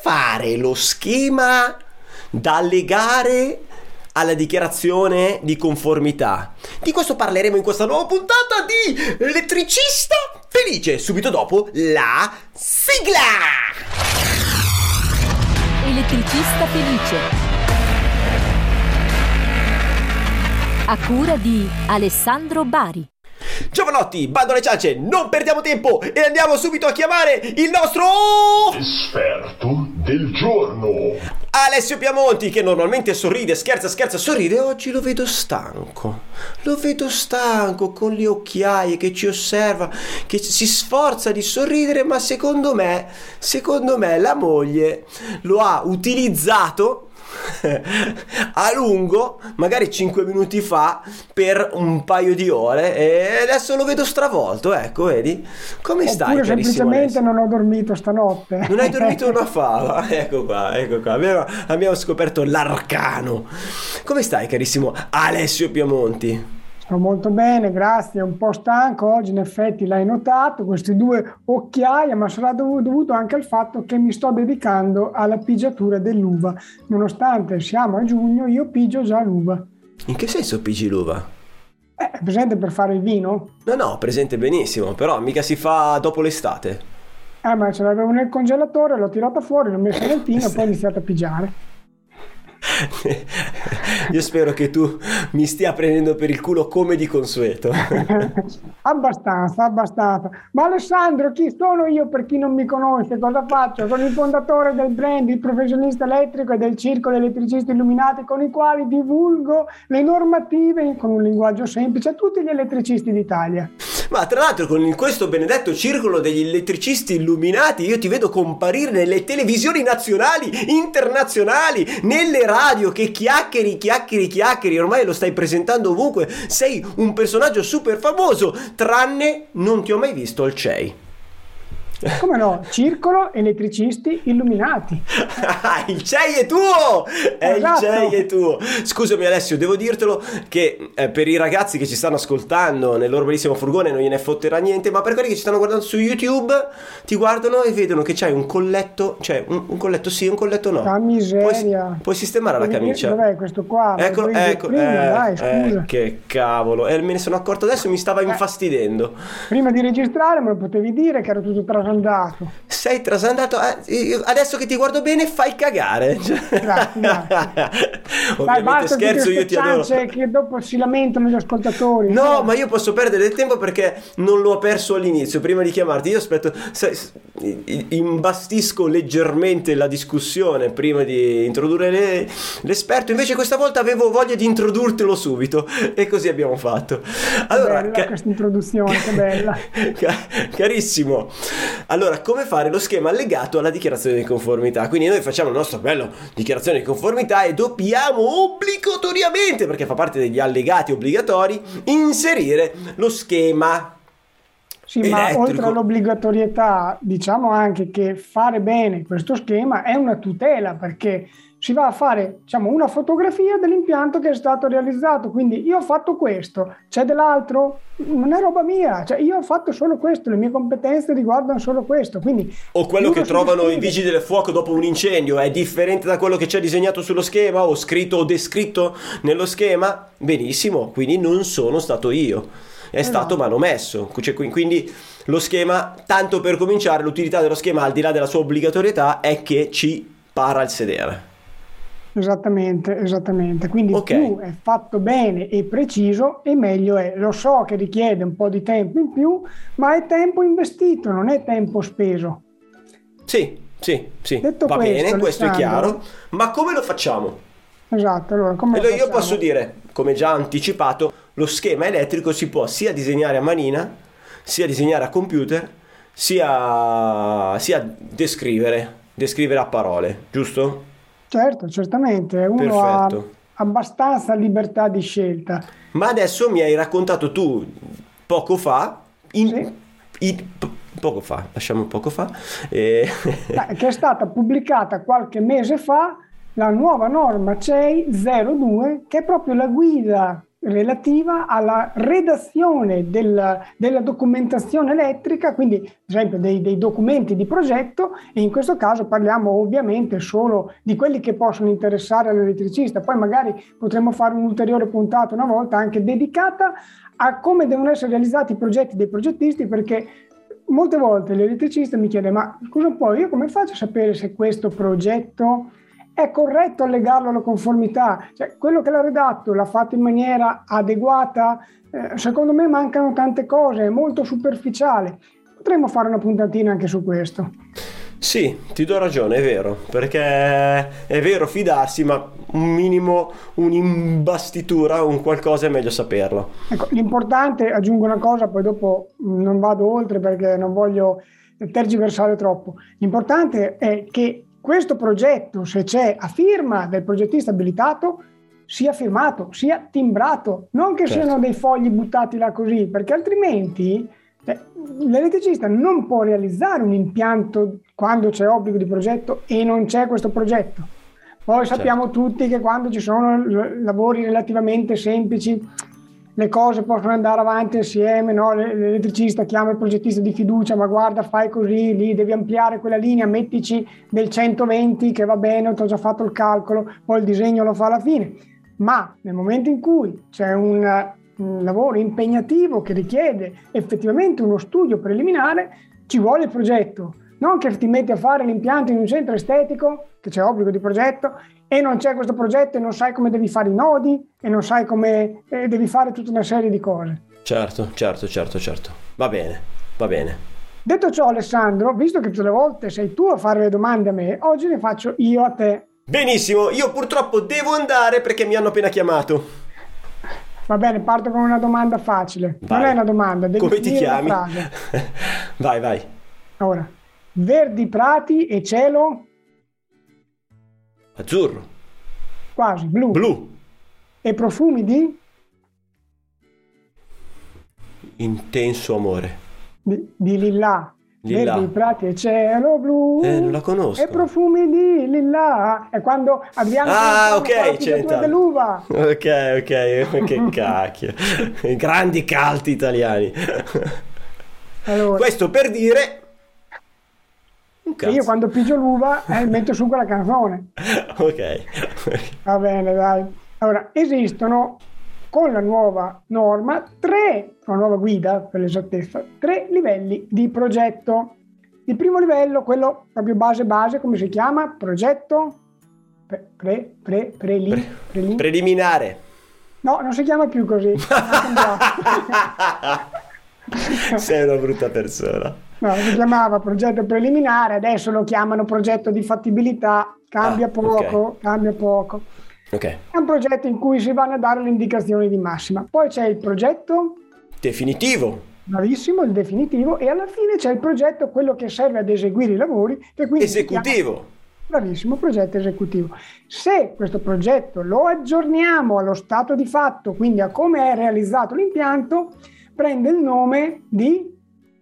fare lo schema da allegare alla dichiarazione di conformità? Di questo parleremo in questa nuova puntata di Elettricista Felice, subito dopo la sigla. Elettricista Felice, a cura di Alessandro Bari. Giovanotti, bando alle ciance, non perdiamo tempo e andiamo subito a chiamare il nostro esperto del giorno, Alessio Piamonti, che normalmente sorride, scherza, sorride. Oggi lo vedo stanco con le occhiaie, che ci osserva, che si sforza di sorridere, ma secondo me la moglie lo ha utilizzato a lungo, magari 5 minuti fa, per un paio di ore, e adesso lo vedo stravolto. Ecco, vedi? Come stai, carissimo? Semplicemente Alessio? non ho dormito stanotte. Non hai dormito una fava? Ecco qua. Abbiamo scoperto l'arcano. Come stai, carissimo Alessio Piamonti? Sto molto bene, grazie. Un po' stanco oggi, in effetti l'hai notato, queste 2 occhiaie, ma sarà dovuto anche al fatto che mi sto dedicando alla pigiatura dell'uva. Nonostante siamo a giugno, io pigio già l'uva. In che senso pigi l'uva? È presente per fare il vino? No, presente benissimo, però mica si fa dopo l'estate. Ma ce l'avevo nel congelatore, l'ho tirata fuori, l'ho messa nel tino e poi ho iniziato a pigiare. Io spero che tu mi stia prendendo per il culo come di consueto. Abbastanza. Ma Alessandro, chi sono io per chi non mi conosce? Cosa faccio? Sono il fondatore del brand, il professionista elettrico e del circolo elettricisti illuminati, con i quali divulgo le normative con un linguaggio semplice a tutti gli elettricisti d'Italia. Ma tra l'altro, con questo benedetto circolo degli elettricisti illuminati, io ti vedo comparire nelle televisioni nazionali, internazionali, nelle radio, che chiacchieri, ormai lo stai presentando ovunque, sei un personaggio super famoso, tranne non ti ho mai visto al CEI. Come no? Circolo elettricisti illuminati. Il CEI è tuo! Esatto. Il CEI è tuo. Scusami Alessio, devo dirtelo che per i ragazzi che ci stanno ascoltando nel loro bellissimo furgone non gliene fotterà niente, ma per quelli che ci stanno guardando su YouTube ti guardano e vedono che c'hai un colletto, cioè un colletto sì, un colletto no. La miseria. Puoi sistemare la camicia. Dov'è questo qua? Ecco. Dai, scusa. Che cavolo. Me ne sono accorto adesso, mi stava infastidendo. Prima di registrare me lo potevi dire che ero tutto trasandato. Sei trasandato, adesso che ti guardo bene fai cagare. Grazie. Ovviamente Dai, basta scherzo, io ti adoro. Che dopo si lamentano gli ascoltatori. No, ma io posso perdere del tempo perché non l'ho perso all'inizio. Prima di chiamarti io aspetto, imbastisco leggermente la discussione prima di introdurre l'esperto. Invece questa volta avevo voglia di introdurtelo subito e così abbiamo fatto. Allora, bella questa introduzione, che bella. Carissimo, allora, come fare lo schema allegato alla dichiarazione di conformità? Quindi noi facciamo il nostro bello dichiarazione di conformità e dobbiamo obbligatoriamente, perché fa parte degli allegati obbligatori, inserire lo schema. Sì, ma oltre all'obbligatorietà, diciamo anche che fare bene questo schema è una tutela, perché si va a fare, diciamo, una fotografia dell'impianto che è stato realizzato. Quindi io ho fatto questo, c'è dell'altro? Non è roba mia, cioè io ho fatto solo questo, le mie competenze riguardano solo questo. Quindi o quello che trovano i vigili del fuoco dopo un incendio è differente da quello che c'è disegnato sullo schema o scritto o descritto nello schema? Benissimo, quindi non sono stato io, è stato manomesso. Cioè, quindi lo schema, tanto per cominciare, l'utilità dello schema, al di là della sua obbligatorietà, è che ci para il sedere. Esattamente. Quindi più è fatto bene e preciso e meglio è. Lo so che richiede un po' di tempo in più, ma è tempo investito, non è tempo speso. Sì. Detto Va questo, bene, questo è Alessandro, chiaro. Ma come lo facciamo? Esatto, allora come lo Io facciamo? posso dire, come già anticipato, lo schema elettrico si può sia disegnare a manina, sia disegnare a computer, sia descrivere a parole, giusto? Certo, certamente, uno ha abbastanza libertà di scelta. Ma adesso mi hai raccontato tu poco fa, lasciamo poco fa, che è stata pubblicata qualche mese fa la nuova norma CEI 02, che è proprio la guida relativa alla redazione della documentazione elettrica, quindi ad esempio dei documenti di progetto, e in questo caso parliamo ovviamente solo di quelli che possono interessare all'elettricista. Poi magari potremmo fare un'ulteriore puntata una volta anche dedicata a come devono essere realizzati i progetti dei progettisti, perché molte volte l'elettricista mi chiede: ma scusa un po', io come faccio a sapere se questo progetto è corretto allegarlo alla conformità? Cioè, quello che l'ha redatto l'ha fatto in maniera adeguata? Secondo me mancano tante cose, è molto superficiale. Potremmo fare una puntatina anche su questo. Sì, ti do ragione, è vero, perché è vero fidarsi, ma un minimo, un'imbastitura, un qualcosa è meglio saperlo. Ecco, l'importante, aggiungo una cosa, poi dopo non vado oltre perché non voglio tergiversare troppo. L'importante è che questo progetto, se c'è a firma del progettista abilitato, sia firmato, sia timbrato, non che siano dei fogli buttati là così, perché altrimenti l'elettricista non può realizzare un impianto quando c'è obbligo di progetto e non c'è questo progetto. Poi sappiamo tutti che quando ci sono lavori relativamente semplici le cose possono andare avanti insieme, no? L'elettricista chiama il progettista di fiducia: ma guarda, fai così, lì devi ampliare quella linea, mettici del 120 che va bene, ti ho già fatto il calcolo, poi il disegno lo fa alla fine. Ma nel momento in cui c'è un lavoro impegnativo che richiede effettivamente uno studio preliminare, ci vuole il progetto. Non che ti metti a fare l'impianto in un centro estetico, che c'è obbligo di progetto, e non c'è questo progetto e non sai come devi fare i nodi e non sai come devi fare tutta una serie di cose. Certo. Va bene. Detto ciò, Alessandro, visto che tutte le volte sei tu a fare le domande a me, oggi ne faccio io a te. Benissimo, io purtroppo devo andare perché mi hanno appena chiamato. Va bene, parto con una domanda facile. Vai. Non è una domanda, devi come ti chiami? la frase. Vai. Ora, verdi prati e cielo? Azzurro. Quasi, blu. E profumi di? Intenso amore. Di lilla. Lilla. Verdi prati e cielo blu. Non la conosco. E profumi di lilla. È quando abbiamo ok, c'è dell'uva. Ok, che cacchio. I grandi calti italiani. Allora, questo per dire io quando pigio l'uva metto su quella canzone. Ok. Va bene, dai. Allora, esistono con la nuova norma con la nuova guida per l'esattezza, 3 livelli di progetto. Il primo livello, quello proprio base, come si chiama? Progetto preliminare. No, non si chiama più così. Sei una brutta persona. No, si chiamava progetto preliminare, adesso lo chiamano progetto di fattibilità, cambia poco. Ok. È un progetto in cui si vanno a dare le indicazioni di massima. Poi c'è il progetto definitivo. Bravissimo, il definitivo, e alla fine c'è il progetto, quello che serve ad eseguire i lavori, che quindi esecutivo. Bravissimo, progetto esecutivo. Se questo progetto lo aggiorniamo allo stato di fatto, quindi a come è realizzato l'impianto, prende il nome di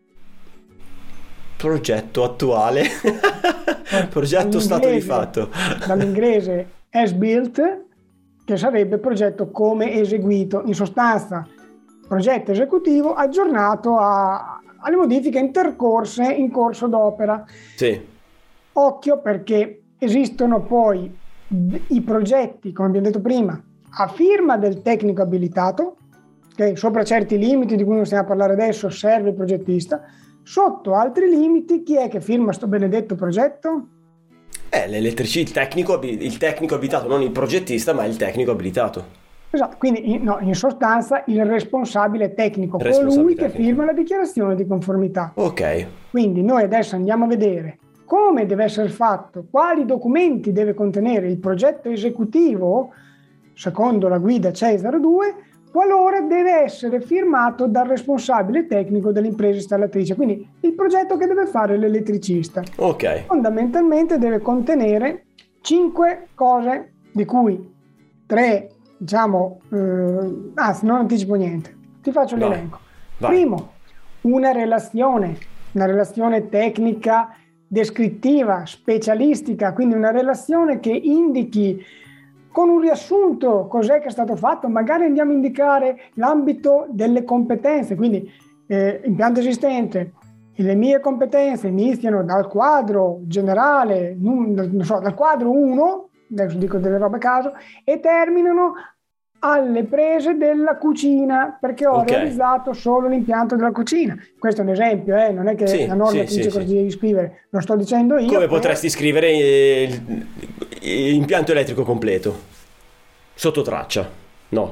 progetto attuale. Progetto stato di fatto. Dall'inglese as built, che sarebbe progetto come eseguito. In sostanza, progetto esecutivo aggiornato alle modifiche intercorse in corso d'opera. Sì. Occhio, perché esistono poi i progetti, come abbiamo detto prima, a firma del tecnico abilitato, che sopra certi limiti di cui non stiamo a parlare adesso serve il progettista. Sotto altri limiti, chi è che firma sto benedetto progetto? L'elettricista, il tecnico abilitato, non il progettista, ma il tecnico abilitato. Esatto, quindi in sostanza il responsabile tecnico, colui che firma la dichiarazione di conformità. Ok. Quindi noi adesso andiamo a vedere come deve essere fatto, quali documenti deve contenere il progetto esecutivo, secondo la guida CEI 02, qualora deve essere firmato dal responsabile tecnico dell'impresa installatrice, quindi il progetto che deve fare l'elettricista. Ok. Fondamentalmente deve contenere 5 cose, di cui 3, anzi non anticipo niente, ti faccio l'elenco. Primo, una relazione tecnica descrittiva, specialistica, quindi una relazione che indichi con un riassunto, cos'è che è stato fatto, magari andiamo a indicare l'ambito delle competenze, quindi impianto esistente, le mie competenze iniziano dal quadro generale, non so, dal quadro 1, adesso dico delle robe a caso, e terminano alle prese della cucina, perché ho realizzato solo l'impianto della cucina. Questo è un esempio, non è che la norma ti dice cosa devi scrivere, lo sto dicendo io. Come potresti scrivere impianto elettrico completo? Sotto traccia? No.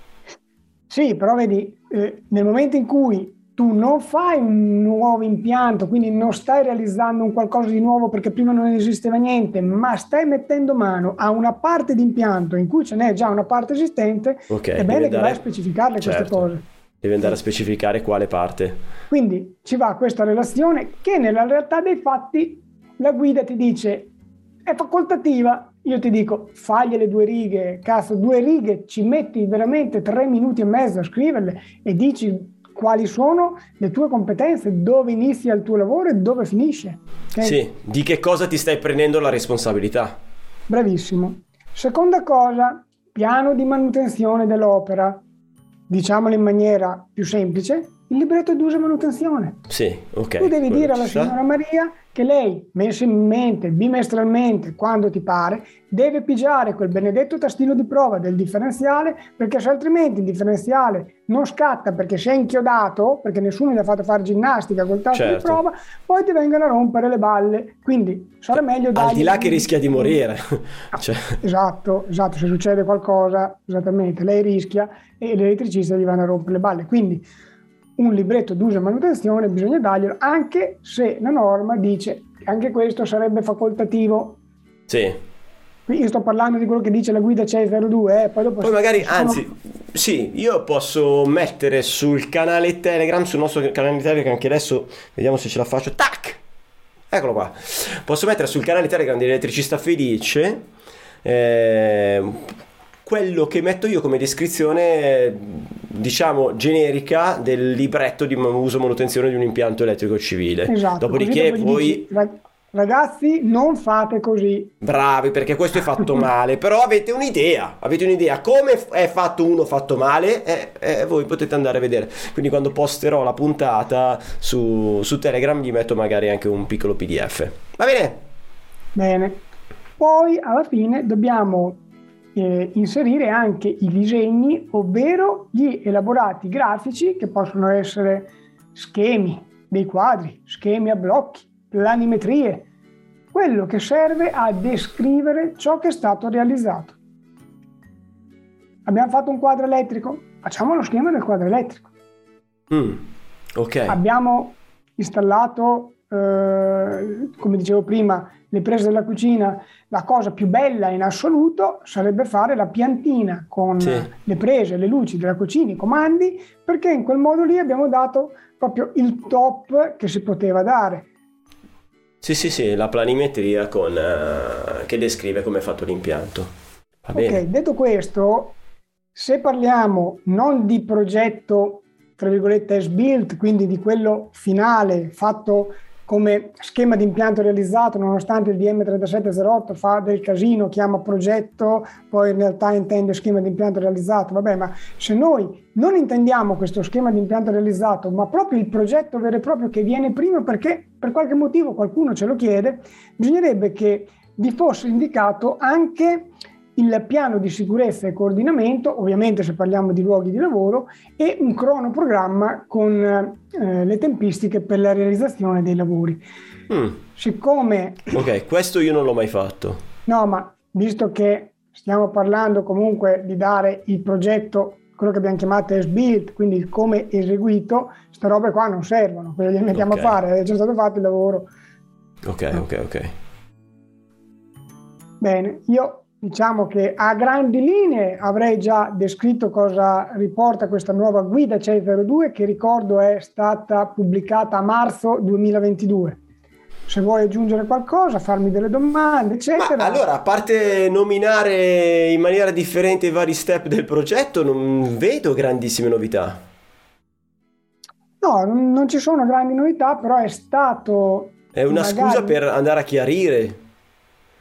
Sì, però vedi, nel momento in cui tu non fai un nuovo impianto, quindi non stai realizzando un qualcosa di nuovo perché prima non esisteva niente, ma stai mettendo mano a una parte di impianto in cui ce n'è già una parte esistente, è bene che vai a specificarle queste cose. Devi andare a specificare quale parte. Quindi ci va questa relazione che nella realtà dei fatti la guida ti dice è facoltativa, io ti dico fagliele 2 righe, cazzo 2 righe, ci metti veramente 3 minuti e mezzo a scriverle e dici quali sono le tue competenze, dove inizia il tuo lavoro e dove finisce. Okay? Sì, di che cosa ti stai prendendo la responsabilità. Bravissimo. Seconda cosa, piano di manutenzione dell'opera. Diciamolo in maniera più semplice, il libretto d'uso e manutenzione. Sì, ok. Tu devi dire alla signora Maria che lei, mensilmente, bimestralmente, quando ti pare, deve pigiare quel benedetto tastino di prova del differenziale, perché se altrimenti il differenziale non scatta perché sei inchiodato, perché nessuno gli ha fatto fare ginnastica col tasto di prova, poi ti vengono a rompere le balle. Quindi sarà meglio dargli... Al di là che rischia di morire. Esatto, se succede qualcosa, esattamente, lei rischia e l'elettricista gli vanno a rompere le balle. Quindi un libretto d'uso e manutenzione bisogna darglielo, anche se la norma dice che anche questo sarebbe facoltativo. Sì. Qui io sto parlando di quello che dice la guida CE 02, poi dopo... Poi magari, sì, io posso mettere sul canale Telegram, sul nostro canale Telegram, che adesso vediamo se ce la faccio. Tac! Eccolo qua. Posso mettere sul canale Telegram dell'Elettricista Felice quello che metto io come descrizione, diciamo, generica del libretto di uso e manutenzione di un impianto elettrico civile. Esatto. Dopodiché voi... Ragazzi, non fate così. Bravi, perché questo è fatto male, però avete un'idea come è fatto uno fatto male, voi potete andare a vedere. Quindi quando posterò la puntata su Telegram gli metto magari anche un piccolo PDF. Va bene? Bene. Poi alla fine dobbiamo inserire anche i disegni, ovvero gli elaborati grafici che possono essere schemi dei quadri, schemi a blocchi, planimetrie, quello che serve a descrivere ciò che è stato realizzato. Abbiamo fatto un quadro elettrico? Facciamo lo schema del quadro elettrico. Ok. Abbiamo installato, come dicevo prima, le prese della cucina. La cosa più bella in assoluto sarebbe fare la piantina con le prese, le luci della cucina, i comandi, perché in quel modo lì abbiamo dato proprio il top che si poteva dare. Sì, la planimetria che descrive come è fatto l'impianto. Va bene. Ok, detto questo, se parliamo non di progetto, tra virgolette, as-built, quindi di quello finale, fatto come schema di impianto realizzato, nonostante il DM 3708 fa del casino, chiama progetto, poi in realtà intende schema di impianto realizzato. Vabbè, ma se noi non intendiamo questo schema di impianto realizzato, ma proprio il progetto vero e proprio che viene prima perché per qualche motivo qualcuno ce lo chiede, bisognerebbe che vi fosse indicato anche il piano di sicurezza e coordinamento, ovviamente se parliamo di luoghi di lavoro, e un cronoprogramma con le tempistiche per la realizzazione dei lavori. Siccome... Ok, questo io non l'ho mai fatto. No, ma visto che stiamo parlando comunque di dare il progetto, quello che abbiamo chiamato as-built, quindi come eseguito, queste robe qua non servono, quello che mettiamo a fare, è già stato fatto il lavoro. Ok. Bene, io... Diciamo che a grandi linee avrei già descritto cosa riporta questa nuova guida CE 02, che ricordo è stata pubblicata a marzo 2022. Se vuoi aggiungere qualcosa, farmi delle domande, eccetera. Ma allora, a parte nominare in maniera differente i vari step del progetto, non vedo grandissime novità. No, non ci sono grandi novità, però è stato... È una scusa per andare a chiarire.